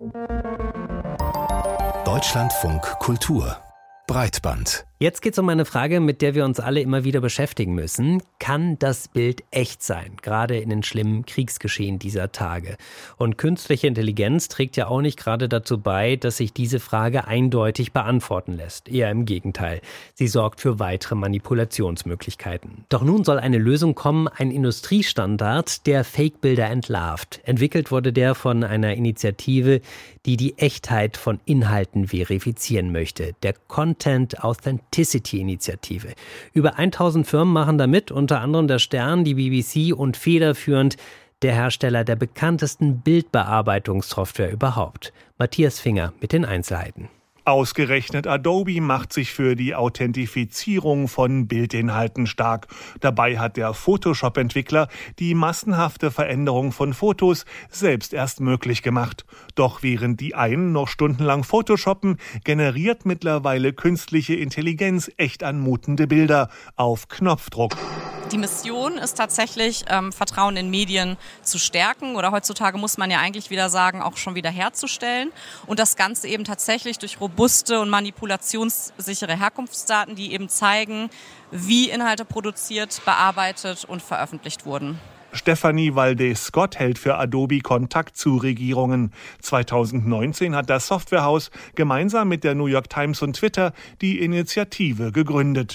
Deutschlandfunk Kultur Breitband. Jetzt geht es um eine Frage, mit der wir uns alle immer wieder beschäftigen müssen. Kann das Bild echt sein? Gerade in den schlimmen Kriegsgeschehen dieser Tage. Und künstliche Intelligenz trägt ja auch nicht gerade dazu bei, dass sich diese Frage eindeutig beantworten lässt. Eher im Gegenteil. Sie sorgt für weitere Manipulationsmöglichkeiten. Doch nun soll eine Lösung kommen, ein Industriestandard, der Fake-Bilder entlarvt. Entwickelt wurde der von einer Initiative, die die Echtheit von Inhalten verifizieren möchte. Der Content Authenticity-Initiative. Über 1000 Firmen machen da mit, unter anderem der Stern, die BBC und federführend der Hersteller der bekanntesten Bildbearbeitungssoftware überhaupt. Matthias Finger mit den Einzelheiten. Ausgerechnet Adobe macht sich für die Authentifizierung von Bildinhalten stark. Dabei hat der Photoshop-Entwickler die massenhafte Veränderung von Fotos selbst erst möglich gemacht. Doch während die einen noch stundenlang Photoshoppen, generiert mittlerweile künstliche Intelligenz echt anmutende Bilder auf Knopfdruck. Die Mission ist tatsächlich, Vertrauen in Medien zu stärken oder heutzutage muss man ja eigentlich wieder sagen, auch schon wieder herzustellen und das Ganze eben tatsächlich durch robuste und manipulationssichere Herkunftsdaten, die eben zeigen, wie Inhalte produziert, bearbeitet und veröffentlicht wurden. Stephanie Valdez-Scott hält für Adobe Kontakt zu Regierungen. 2019 hat das Softwarehaus gemeinsam mit der New York Times und Twitter die Initiative gegründet.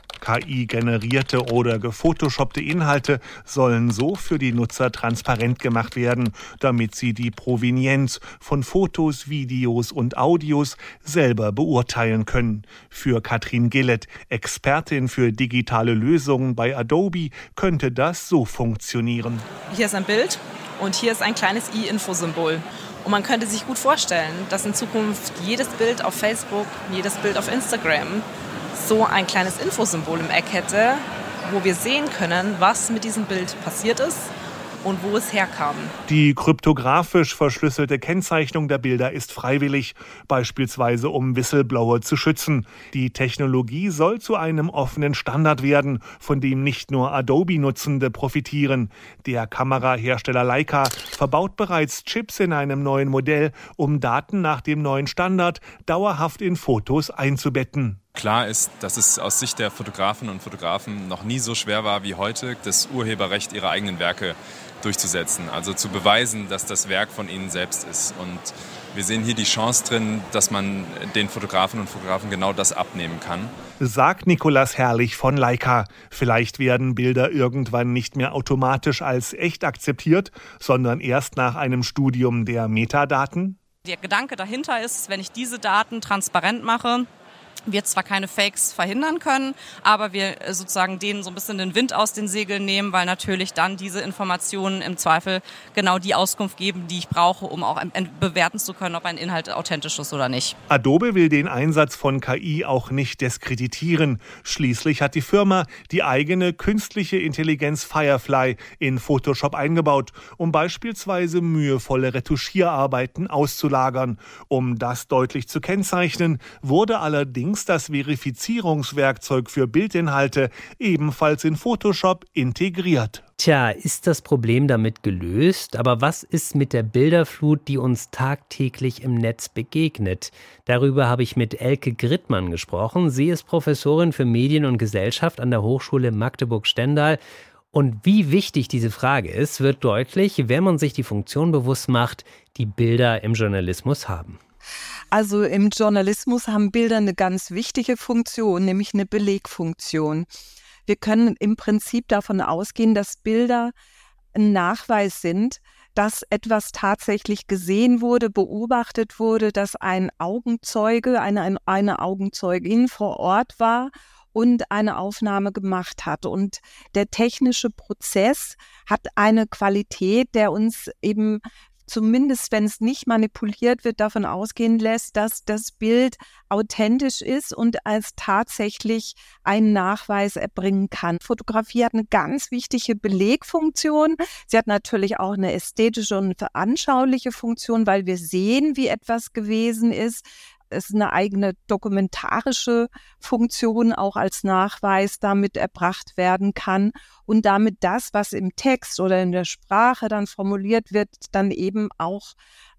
KI-generierte oder gefotoshoppte Inhalte sollen so für die Nutzer transparent gemacht werden, damit sie die Provenienz von Fotos, Videos und Audios selber beurteilen können. Für Katrin Gillett, Expertin für digitale Lösungen bei Adobe, könnte das so funktionieren. Hier ist ein Bild und hier ist ein kleines i-Info-Symbol. Und man könnte sich gut vorstellen, dass in Zukunft jedes Bild auf Facebook, jedes Bild auf Instagram so ein kleines Infosymbol im Eck hätte, wo wir sehen können, was mit diesem Bild passiert ist und wo es herkam. Die kryptografisch verschlüsselte Kennzeichnung der Bilder ist freiwillig, beispielsweise um Whistleblower zu schützen. Die Technologie soll zu einem offenen Standard werden, von dem nicht nur Adobe-Nutzende profitieren. Der Kamerahersteller Leica verbaut bereits Chips in einem neuen Modell, um Daten nach dem neuen Standard dauerhaft in Fotos einzubetten. Klar ist, dass es aus Sicht der Fotografinnen und Fotografen noch nie so schwer war wie heute, das Urheberrecht ihrer eigenen Werke durchzusetzen. Also zu beweisen, dass das Werk von ihnen selbst ist. Und wir sehen hier die Chance drin, dass man den Fotografinnen und Fotografen genau das abnehmen kann. Sagt Nicolas Herrlich von Leica. Vielleicht werden Bilder irgendwann nicht mehr automatisch als echt akzeptiert, sondern erst nach einem Studium der Metadaten? Der Gedanke dahinter ist, wenn ich diese Daten transparent mache, wir zwar keine Fakes verhindern können, aber wir sozusagen denen so ein bisschen den Wind aus den Segeln nehmen, weil natürlich dann diese Informationen im Zweifel genau die Auskunft geben, die ich brauche, um auch bewerten zu können, ob ein Inhalt authentisch ist oder nicht. Adobe will den Einsatz von KI auch nicht diskreditieren. Schließlich hat die Firma die eigene künstliche Intelligenz Firefly in Photoshop eingebaut, um beispielsweise mühevolle Retuschierarbeiten auszulagern. Um das deutlich zu kennzeichnen, wurde allerdings das Verifizierungswerkzeug für Bildinhalte ebenfalls in Photoshop integriert. Tja, ist das Problem damit gelöst? Aber was ist mit der Bilderflut, die uns tagtäglich im Netz begegnet? Darüber habe ich mit Elke Grittmann gesprochen. Sie ist Professorin für Medien und Gesellschaft an der Hochschule Magdeburg-Stendal. Und wie wichtig diese Frage ist, wird deutlich, wenn man sich die Funktion bewusst macht, die Bilder im Journalismus haben. Also im Journalismus haben Bilder eine ganz wichtige Funktion, nämlich eine Belegfunktion. Wir können im Prinzip davon ausgehen, dass Bilder ein Nachweis sind, dass etwas tatsächlich gesehen wurde, beobachtet wurde, dass ein Augenzeuge, eine Augenzeugin vor Ort war und eine Aufnahme gemacht hat. Und der technische Prozess hat eine Qualität, der uns eben zumindest, wenn es nicht manipuliert wird, davon ausgehen lässt, dass das Bild authentisch ist und als tatsächlich einen Nachweis erbringen kann. Fotografie hat eine ganz wichtige Belegfunktion. Sie hat natürlich auch eine ästhetische und veranschauliche Funktion, weil wir sehen, wie etwas gewesen ist. Es ist eine eigene dokumentarische Funktion auch als Nachweis damit erbracht werden kann und damit das, was im Text oder in der Sprache dann formuliert wird, dann eben auch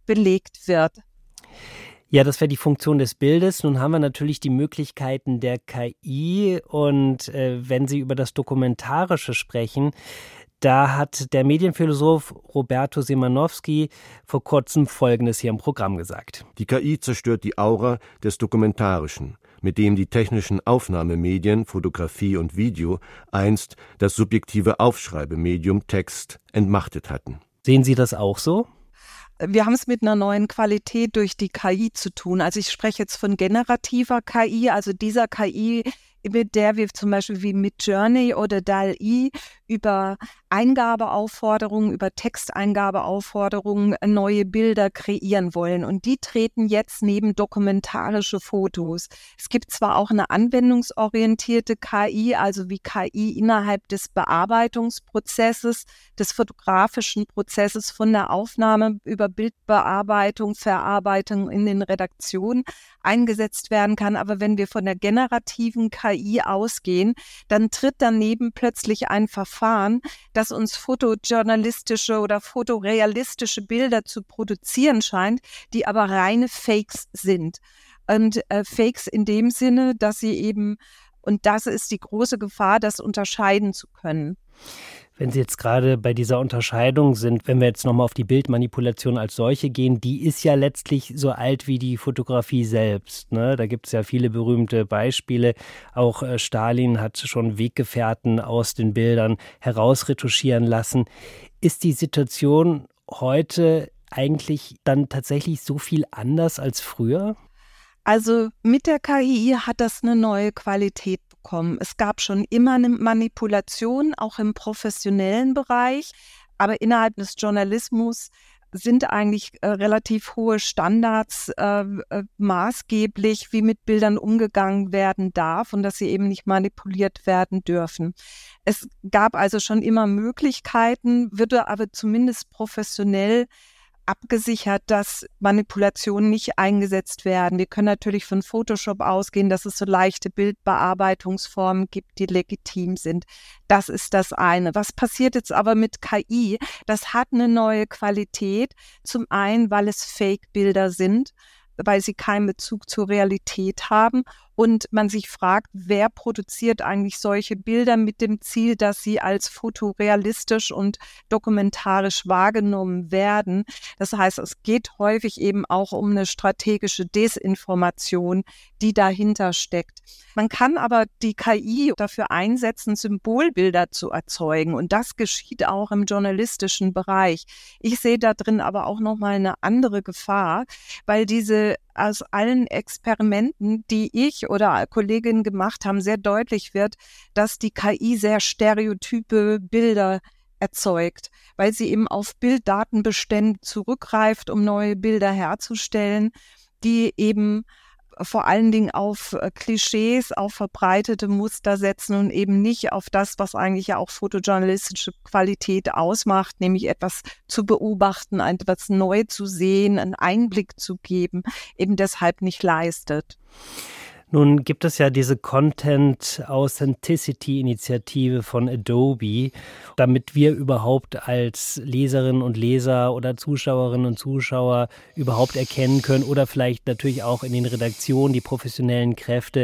belegt wird. Ja, das wäre die Funktion des Bildes. Nun haben wir natürlich die Möglichkeiten der KI und wenn Sie über das Dokumentarische sprechen, da hat der Medienphilosoph Roberto Szymanowski vor kurzem Folgendes hier im Programm gesagt. Die KI zerstört die Aura des Dokumentarischen, mit dem die technischen Aufnahmemedien, Fotografie und Video einst das subjektive Aufschreibemedium Text entmachtet hatten. Sehen Sie das auch so? Wir haben es mit einer neuen Qualität durch die KI zu tun. Also ich spreche jetzt von generativer KI, also dieser KI, mit der wir zum Beispiel wie Midjourney oder DALL-E über Eingabeaufforderungen, über Texteingabeaufforderungen neue Bilder kreieren wollen. Und die treten jetzt neben dokumentarische Fotos. Es gibt zwar auch eine anwendungsorientierte KI, also wie KI innerhalb des Bearbeitungsprozesses, des fotografischen Prozesses von der Aufnahme über Bildbearbeitung, Verarbeitung in den Redaktionen eingesetzt werden kann. Aber wenn wir von der generativen KI ausgehen, dann tritt daneben plötzlich ein Verfahren, das uns fotojournalistische oder fotorealistische Bilder zu produzieren scheint, die aber reine Fakes sind. Und Fakes in dem Sinne, dass sie eben, und das ist die große Gefahr, das unterscheiden zu können. Wenn Sie jetzt gerade bei dieser Unterscheidung sind, wenn wir jetzt nochmal auf die Bildmanipulation als solche gehen, die ist ja letztlich so alt wie die Fotografie selbst, ne? Da gibt es ja viele berühmte Beispiele. Auch Stalin hat schon Weggefährten aus den Bildern herausretuschieren lassen. Ist die Situation heute eigentlich dann tatsächlich so viel anders als früher? Also mit der KI hat das eine neue Qualität bekommen. Es gab schon immer eine Manipulation, auch im professionellen Bereich, aber innerhalb des Journalismus sind eigentlich relativ hohe Standards maßgeblich, wie mit Bildern umgegangen werden darf und dass sie eben nicht manipuliert werden dürfen. Es gab also schon immer Möglichkeiten, würde aber zumindest professionell abgesichert, dass Manipulationen nicht eingesetzt werden. Wir können natürlich von Photoshop ausgehen, dass es so leichte Bildbearbeitungsformen gibt, die legitim sind. Das ist das eine. Was passiert jetzt aber mit KI? Das hat eine neue Qualität. Zum einen, weil es Fake-Bilder sind, weil sie keinen Bezug zur Realität haben und man sich fragt, wer produziert eigentlich solche Bilder mit dem Ziel, dass sie als fotorealistisch und dokumentarisch wahrgenommen werden. Das heißt, es geht häufig eben auch um eine strategische Desinformation, die dahinter steckt. Man kann aber die KI dafür einsetzen, Symbolbilder zu erzeugen und das geschieht auch im journalistischen Bereich. Ich sehe da drin aber auch nochmal eine andere Gefahr, weil diese aus allen Experimenten, die ich oder Kolleginnen gemacht haben, sehr deutlich wird, dass die KI sehr stereotype Bilder erzeugt, weil sie eben auf Bilddatenbestände zurückgreift, um neue Bilder herzustellen, die eben vor allen Dingen auf Klischees, auf verbreitete Muster setzen und eben nicht auf das, was eigentlich ja auch fotojournalistische Qualität ausmacht, nämlich etwas zu beobachten, etwas neu zu sehen, einen Einblick zu geben, eben deshalb nicht leistet. Nun gibt es ja diese Content Authenticity Initiative von Adobe, damit wir überhaupt als Leserinnen und Leser oder Zuschauerinnen und Zuschauer überhaupt erkennen können oder vielleicht natürlich auch in den Redaktionen die professionellen Kräfte,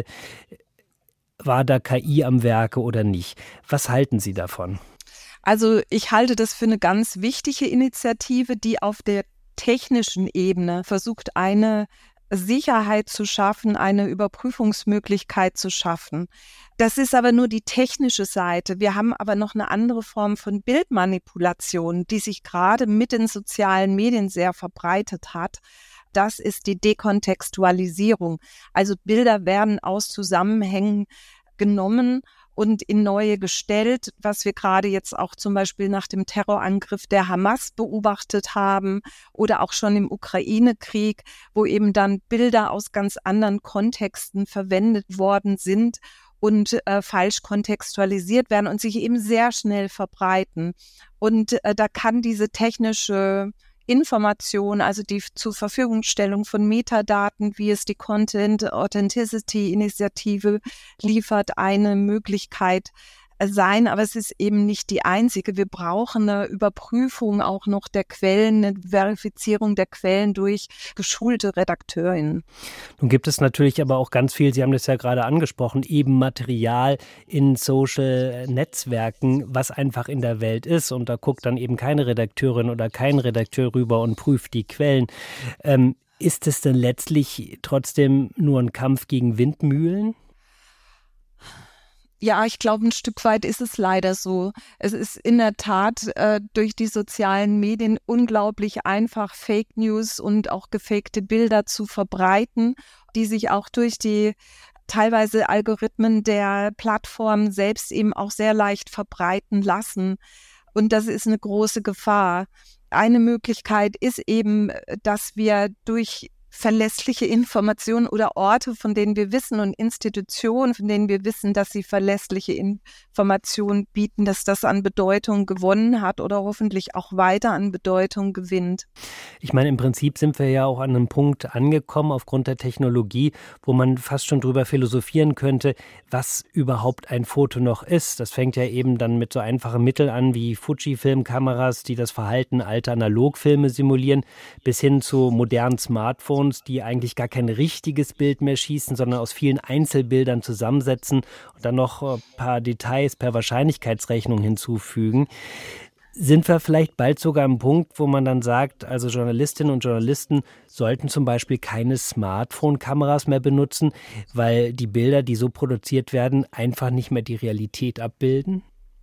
war da KI am Werke oder nicht? Was halten Sie davon? Also ich halte das für eine ganz wichtige Initiative, die auf der technischen Ebene versucht, eine Sicherheit zu schaffen, eine Überprüfungsmöglichkeit zu schaffen. Das ist aber nur die technische Seite. Wir haben aber noch eine andere Form von Bildmanipulation, die sich gerade mit den sozialen Medien sehr verbreitet hat. Das ist die Dekontextualisierung. Also Bilder werden aus Zusammenhängen genommen und in neue gestellt, was wir gerade jetzt auch zum Beispiel nach dem Terrorangriff der Hamas beobachtet haben oder auch schon im Ukraine-Krieg, wo eben dann Bilder aus ganz anderen Kontexten verwendet worden sind und falsch kontextualisiert werden und sich eben sehr schnell verbreiten. Und da kann diese technische Information, also die zur Verfügungstellung von Metadaten, wie es die Content Authenticity Initiative liefert, eine Möglichkeit sein, aber es ist eben nicht die einzige. Wir brauchen eine Überprüfung auch noch der Quellen, eine Verifizierung der Quellen durch geschulte RedakteurInnen. Nun gibt es natürlich aber auch ganz viel, Sie haben das ja gerade angesprochen, eben Material in Social-Netzwerken, was einfach in der Welt ist. Und da guckt dann eben keine Redakteurin oder kein Redakteur rüber und prüft die Quellen. Ist es denn letztlich trotzdem nur ein Kampf gegen Windmühlen? Ja, ich glaube, ein Stück weit ist es leider so. Es ist in der Tat durch die sozialen Medien unglaublich einfach, Fake News und auch gefakte Bilder zu verbreiten, die sich auch durch die teilweise Algorithmen der Plattformen selbst eben auch sehr leicht verbreiten lassen. Und das ist eine große Gefahr. Eine Möglichkeit ist eben, dass wir durch verlässliche Informationen oder Orte, von denen wir wissen und Institutionen, von denen wir wissen, dass sie verlässliche Informationen bieten, dass das an Bedeutung gewonnen hat oder hoffentlich auch weiter an Bedeutung gewinnt. Ich meine, im Prinzip sind wir ja auch an einem Punkt angekommen aufgrund der Technologie, wo man fast schon drüber philosophieren könnte, was überhaupt ein Foto noch ist. Das fängt ja eben dann mit so einfachen Mitteln an wie Fuji-Filmkameras, die das Verhalten alter Analogfilme simulieren, bis hin zu modernen Smartphones, die eigentlich gar kein richtiges Bild mehr schießen, sondern aus vielen Einzelbildern zusammensetzen und dann noch ein paar Details per Wahrscheinlichkeitsrechnung hinzufügen. Sind wir vielleicht bald sogar am Punkt, wo man dann sagt, also Journalistinnen und Journalisten sollten zum Beispiel keine Smartphone-Kameras mehr benutzen, weil die Bilder, die so produziert werden, einfach nicht mehr die Realität abbilden?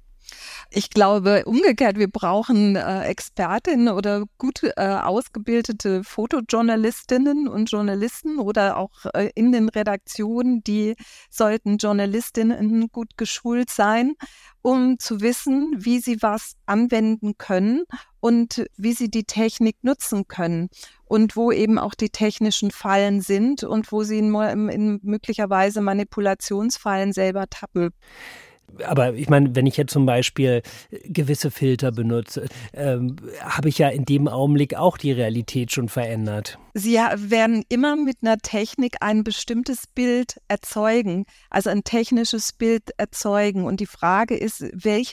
Ich glaube umgekehrt, wir brauchen Expertinnen oder gut ausgebildete Fotojournalistinnen und Journalisten oder auch in den Redaktionen, die sollten Journalistinnen gut geschult sein, um zu wissen, wie sie was anwenden können und wie sie die Technik nutzen können und wo eben auch die technischen Fallen sind und wo sie in möglicherweise Manipulationsfallen selber tappen. Aber ich meine, wenn ich jetzt zum Beispiel gewisse Filter benutze, habe ich ja in dem Augenblick auch die Realität schon verändert. Sie werden immer mit einer Technik ein bestimmtes Bild erzeugen, also ein technisches Bild erzeugen. Und die Frage ist,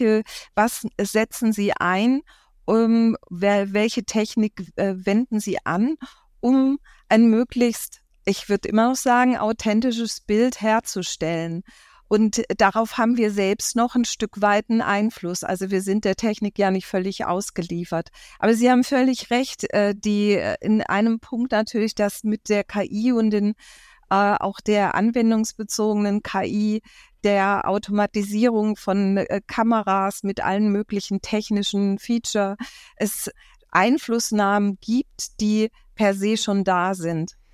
was setzen Sie ein, welche Technik wenden Sie an, um ein möglichst, ich würde immer noch sagen, authentisches Bild herzustellen. Und darauf haben wir selbst noch ein Stück weit einen Einfluss. Also wir sind der Technik ja nicht völlig ausgeliefert. Aber Sie haben völlig recht, die in einem Punkt natürlich, dass mit der KI und auch der anwendungsbezogenen KI, der Automatisierung von Kameras mit allen möglichen technischen Feature, es Einflussnahmen gibt, die per se schon da sind.